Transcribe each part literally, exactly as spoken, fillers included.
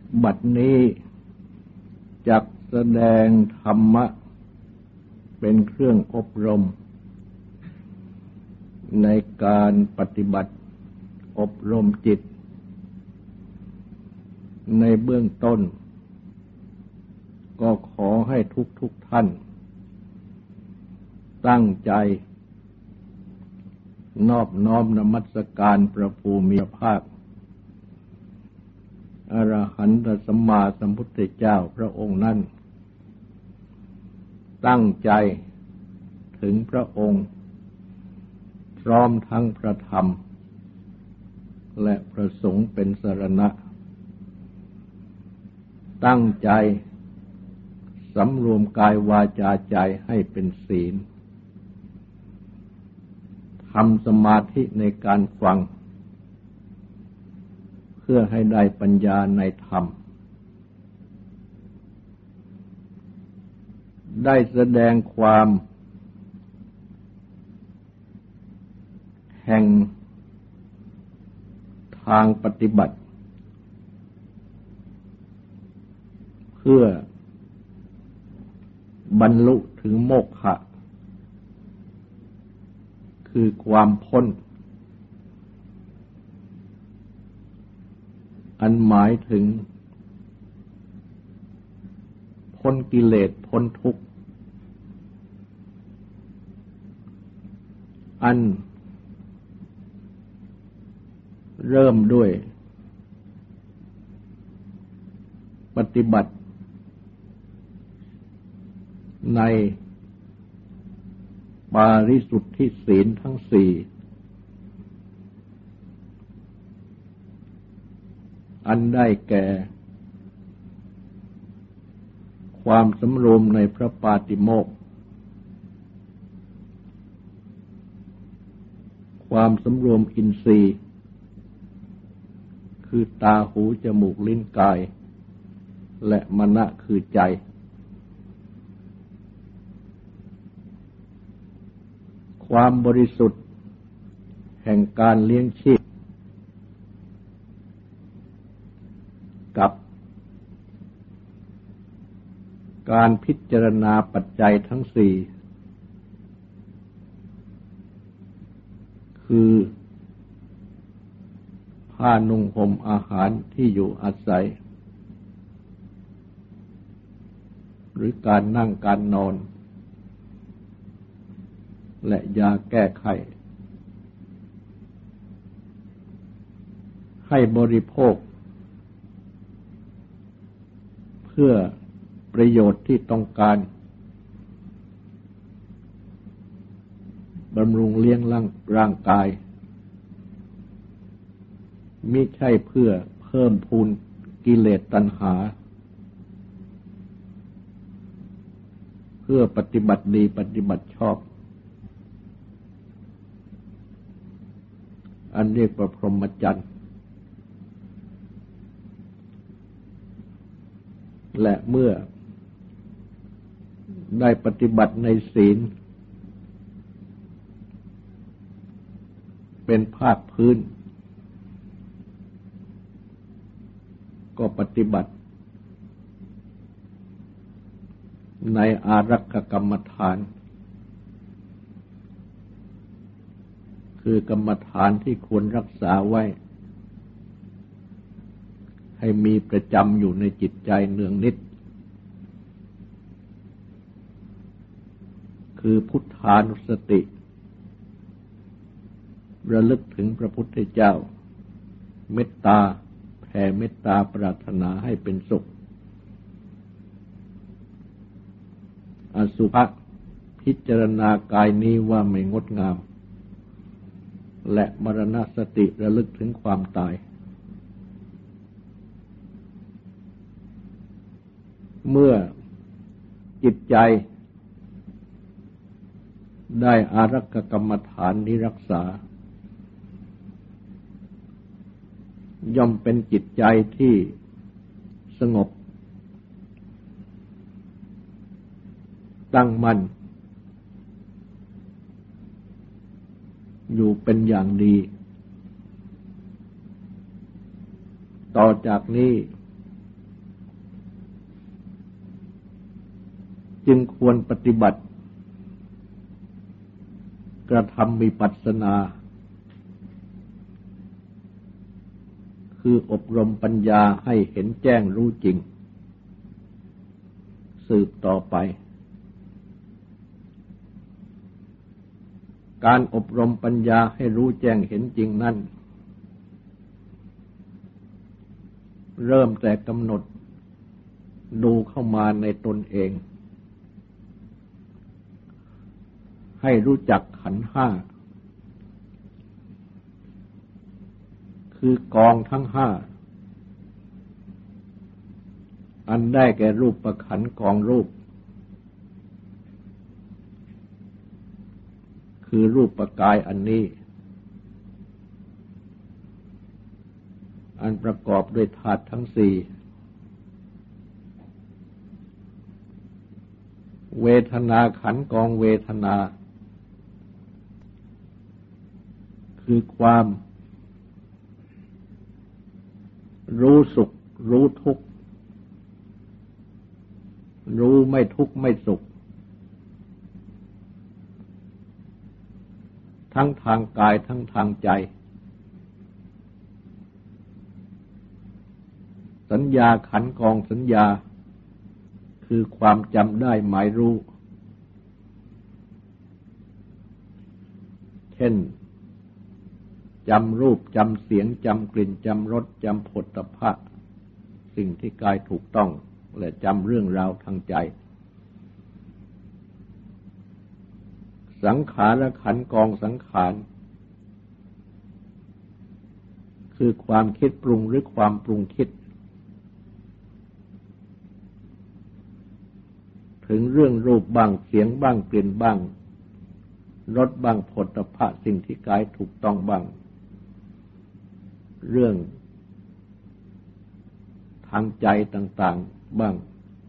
บัดนี้จักแสดงธรรมะเป็นเครื่องอบรมในการปฏิบัติอบรมจิตในเบื้องต้นก็ขอให้ทุกทุกท่านตั้งใจนอบน้อมนมัสการพระภูมิภาคอรหันตสัมมาสัมพุทธเจ้าพระองค์นั้นตั้งใจถึงพระองค์พร้อมทั้งพระธรรมและพระสงฆ์เป็นสรณะตั้งใจสำรวมกายวาจาใจให้เป็นศีลทำสมาธิในการฟังเพื่อให้ได้ปัญญาในธรรมได้แสดงความแห่งทางปฏิบัติเพื่อบรรลุถึงโมက္ขะคือความพ้นอันหมายถึงพ้นกิเลสพ้นทุกข์อันเริ่มด้วยปฏิบัติในปาริสุทธิศีลทั้งสี่อันได้แก่ความสำรวมในพระปาติโมกข์ความสำรวมอินทรีย์คือตาหูจมูกลิ้นกายและมนะคือใจความบริสุทธิ์แห่งการเลี้ยงชีพกับการพิจารณาปัจจัยทั้งสี่คือผ้านุ่งห่มอาหารที่อยู่อาศัยหรือการนั่งการนอนและยาแก้ไขให้บริโภคเพื่อประโยชน์ที่ต้องการบำรุงเลี้ยงร่างกายมิใช่เพื่อเพิ่มพูนกิเลสตัณหาเพื่อปฏิบัติดีปฏิบัติชอบอันเรียกว่าพรหมจรรย์และเมื่อได้ปฏิบัติในศีลเป็นภาคพื้นก็ปฏิบัติในอารักขกรรมฐานคือกรรมฐานที่ควรรักษาไว้ให้มีประจำอยู่ในจิตใจเนืองนิดคือพุทธานุสติระลึกถึงพระพุทธเจ้าเมตตาแผ่เมตตาปรารถนาให้เป็นสุขอสุภะพิจารณากายนี้ว่าไม่งดงามและมรณสติระลึกถึงความตายเมื่อจิตใจได้อารักขกรรมฐานนี้รักษาย่อมเป็นจิตใจที่สงบตั้งมั่นอยู่เป็นอย่างดี ต่อจากนี้จึงควรปฏิบัติกระทำวิปัสสนาคืออบรมปัญญาให้เห็นแจ้งรู้จริงสืบต่อไปการอบรมปัญญาให้รู้แจ้งเห็นจริงนั้นเริ่มแต่กำหนดดูเข้ามาในตนเองให้รู้จักขันธ์ห้าคือกองทั้งห้าอันได้แก่รูปขันธ์กองรูปคือรูปกายอันนี้อันประกอบด้วยธาตุทั้งสี่เวทนาขันธ์กองเวทนาคือความรู้สุขรู้ทุกข์รู้ไม่ทุกข์ไม่สุขทั้งทางกายทั้งทางใจสัญญาขันธ์กองสัญญาคือความจำได้หมายรู้เช่นจำรูปจำเสียงจำกลิ่นจำรสจำโผฏฐัพพะสิ่งที่กายถูกต้องและจำเรื่องราวทางใจสังขารขันธ์กองสังขารคือความคิดปรุงหรือความปรุงคิดถึงเรื่องรูปบ้างเสียงบ้างกลิ่นบ้างรสบ้างโผฏฐัพพะสิ่งที่กายถูกต้องบ้างเรื่องทางใจต่างๆบ้าง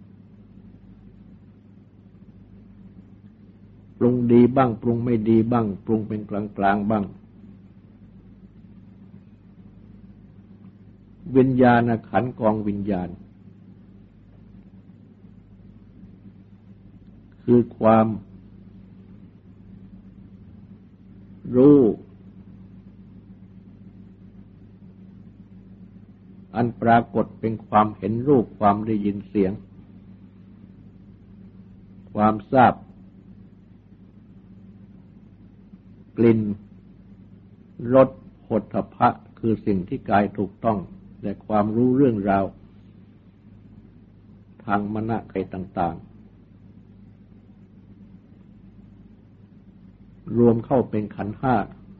ปรุงดีบ้างปรุงไม่ดีบ้างปรุงเป็นกลางๆบ้างวิญญาณขันธ์กองวิญญาณคือความรู้อันปรากฏเป็นความเห็นรูปความได้ยินเสียงความทราบกลิ่นรสโผฏฐัพพะคือสิ่งที่กายถูกต้องและความรู้เรื่องราวทางมนสิการต่างๆรวมเข้าเป็นขันธ์ห้า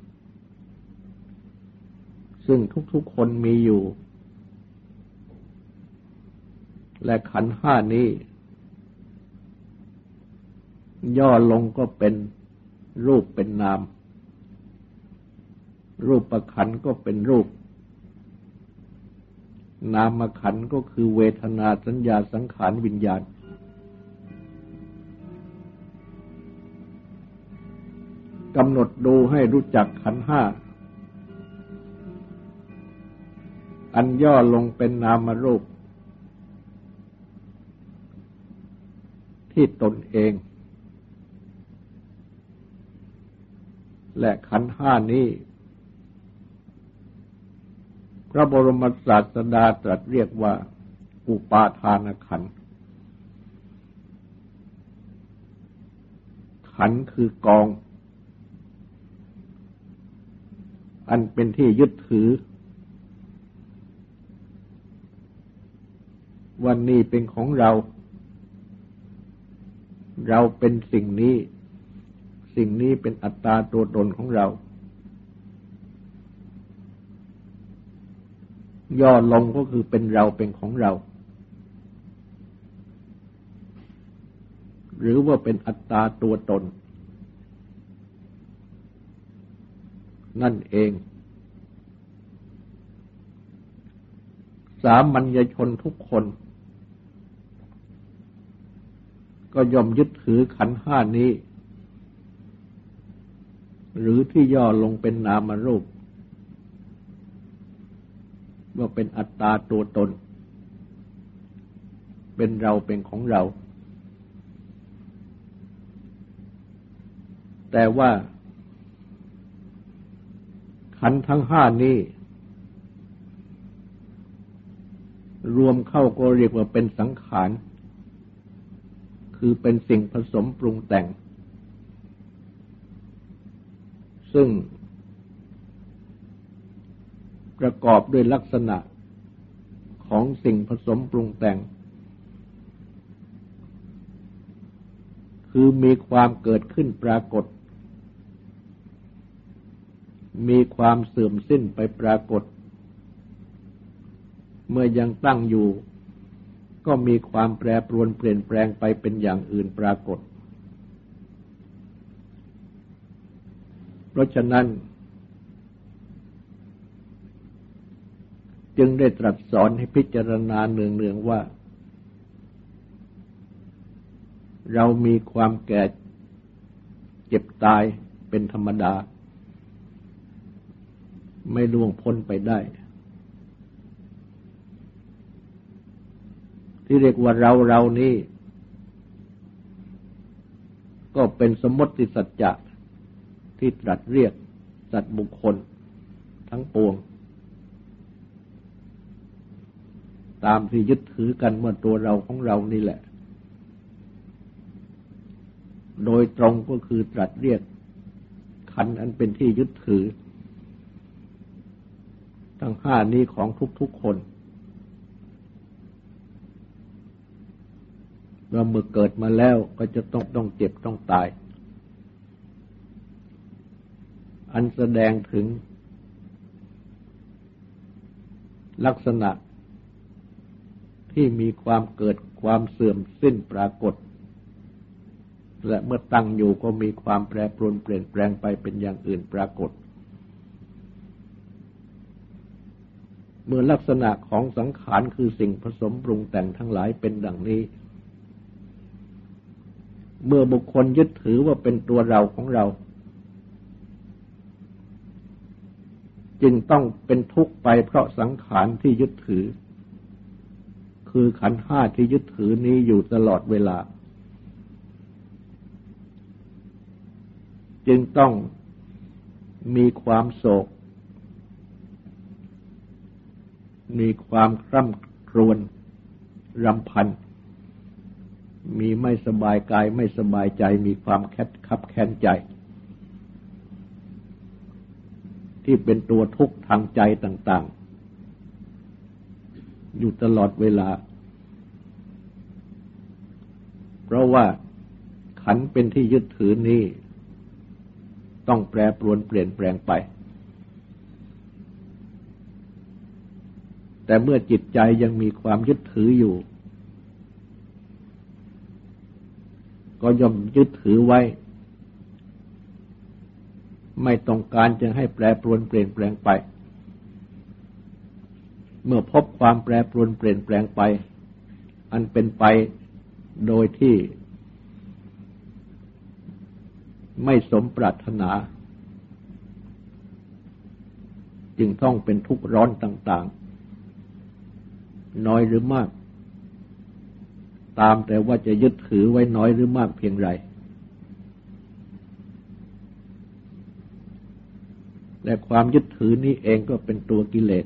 ซึ่งทุกๆคนมีอยู่และขันธ์ห้านี้ย่อลงก็เป็นรูปเป็นนามรูปขันธ์ก็เป็นรูปนามขันธ์ก็คือเวทนาสัญญาสังขารวิญญาณกำหนดดูให้รู้จักขันธ์ห้าอันย่อลงเป็นนามรูปที่ตนเองและขันธ์ห้านี้พระบรมศาสดาตรัสเรียกว่าอุปาทานขันธ์ขันธ์คือกองอันเป็นที่ยึดถือวันนี้เป็นของเราเราเป็นสิ่งนี้สิ่งนี้เป็นอัตตาตัวตนของเราย่อลงก็คือเป็นเราเป็นของเราหรือว่าเป็นอัตตาตัวตนนั่นเองสามัญชนทุกคนก็ย่อมยึดถือขันธ์ห้านี้หรือที่ย่อลงเป็นนามรูปว่าเป็นอัตตาตัวตนเป็นเราเป็นของเราแต่ว่าขันธ์ทั้งห้านี้รวมเข้าก็เรียกว่าเป็นสังขารคือเป็นสิ่งผสมปรุงแต่งซึ่งประกอบด้วยลักษณะของสิ่งผสมปรุงแต่งคือมีความเกิดขึ้นปรากฏมีความเสื่อมสิ้นไปปรากฏเมื่อยังตั้งอยู่ก็มีความแปรปรวนเปลี่ยนแปลงไปเป็นอย่างอื่นปรากฏเพราะฉะนั้นจึงได้ตรัสสอนให้พิจารณาเนืองๆว่าเรามีความแก่เจ็บตายเป็นธรรมดาไม่ล่วงพ้นไปได้ที่เรียกว่าเราเรานี้ก็เป็นสมมติสัจจะที่ตรัสเรียกสัตว์บุคคลทั้งปวงตามที่ยึดถือกันว่าตัวเราของเรานี่แหละโดยตรงก็คือตรัสเรียกขันธ์อันเป็นที่ยึดถือทั้งห้านี้ของทุกๆคนว่าเมื่อเกิดมาแล้วก็จะต้องต้องเจ็บต้องตายอันแสดงถึงลักษณะที่มีความเกิดความเสื่อมสิ้นปรากฏและเมื่อตั้งอยู่ก็มีความแปรปรวนเปลี่ยนแปลงไปเป็นอย่างอื่นปรากฏเมื่อลักษณะของสังขารคือสิ่งผสมปรุงแต่งทั้งหลายเป็นดังนี้เมื่อบุคคลยึดถือว่าเป็นตัวเราของเราจึงต้องเป็นทุกข์ไปเพราะสังขารที่ยึดถือคือขันธ์ห้าที่ยึดถือนี้อยู่ตลอดเวลาจึงต้องมีความโศกมีความคร่ำครวญรำพันมีไม่สบายกายไม่สบายใจมีความแคบคับแค้นใจที่เป็นตัวทุกข์ทางใจต่างๆอยู่ตลอดเวลาเพราะว่าขันธ์เป็นที่ยึดถือนี้ต้องแปรปรวนเปลี่ยนแปลงไปแต่เมื่อจิตใจยังมีความยึดถืออยู่ก็ย่อมยึดถือไว้ไม่ต้องการจะให้แปรปรวนเปลี่ยนแปลงไปเมื่อพบความแปรปรวนเปลี่ยนแปลงไปอันเป็นไปโดยที่ไม่สมปรารถนาจึงต้องเป็นทุกข์ร้อนต่างๆน้อยหรือมากตามแต่ว่าจะยึดถือไว้น้อยหรือมากเพียงไรและความยึดถือนี้เองก็เป็นตัวกิเลส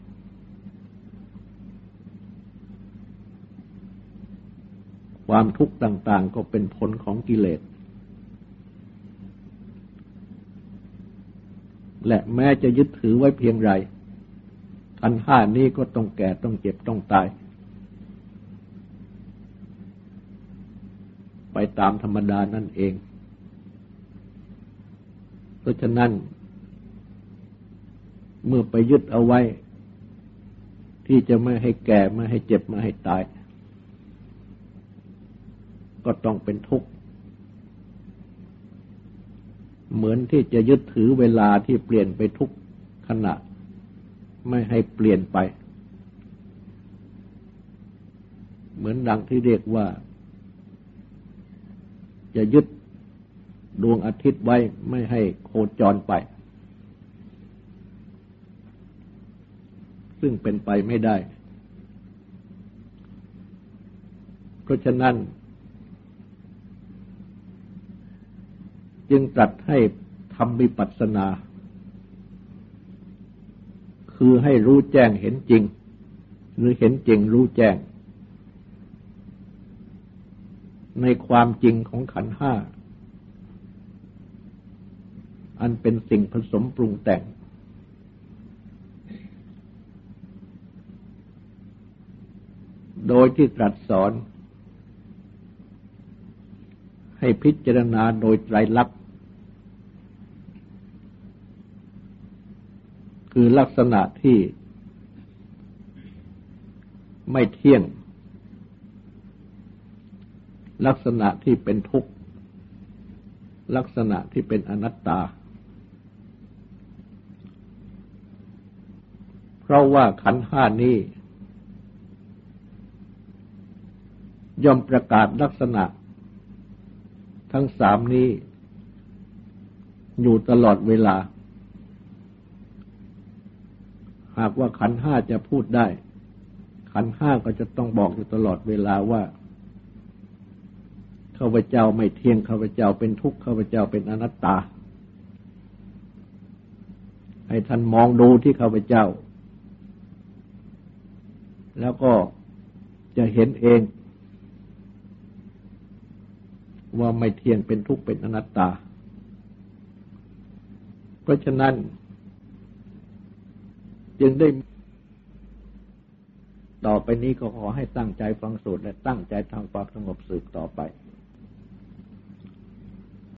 ความทุกข์ต่างๆก็เป็นผลของกิเลสและแม้จะยึดถือไว้เพียงไรขันธ์ห้านี้ก็ต้องแก่ต้องเจ็บต้องตายไปตามธรรมดานั่นเองเพราะฉะนั้นเมื่อไปยึดเอาไว้ที่จะไม่ให้แก่ไม่ให้เจ็บไม่ให้ตายก็ต้องเป็นทุกข์เหมือนที่จะยึดถือเวลาที่เปลี่ยนไปทุกขณะไม่ให้เปลี่ยนไปเหมือนดังที่เรียกว่าจะยึดดวงอาทิตย์ไว้ไม่ให้โคจรไปซึ่งเป็นไปไม่ได้เพราะฉะนั้นจึงตรัสให้ทำวิปัสสนาคือให้รู้แจ้งเห็นจริงหรือเห็นจริงรู้แจ้งในความจริงของขันธ์ห้าอันเป็นสิ่งผสมปรุงแต่งโดยที่ตรัสสอนให้พิจารณาโดยไตรลักษณ์คือลักษณะที่ไม่เที่ยงลักษณะที่เป็นทุกข์ลักษณะที่เป็นอนัตตาเพราะว่าขันธ์ห้านี้ย่อมประกาศลักษณะทั้งสามนี้อยู่ตลอดเวลาหากว่าขันธ์ห้าจะพูดได้ขันธ์ห้าก็จะต้องบอกอยู่ตลอดเวลาว่าข้าพเจ้าไม่เที่ยงข้าพเจ้าเป็นทุกข์ข้าพเจ้าเป็นอนัตตาให้ท่านมองดูที่ข้าพเจ้าแล้วก็จะเห็นเองว่าไม่เที่ยงเป็นทุกข์เป็นอนัตตาเพราะฉะนั้นจึงได้ต่อไปนี้ก็ขอให้ตั้งใจฟังสูตรและตั้งใจทำความสงบสืบต่อไป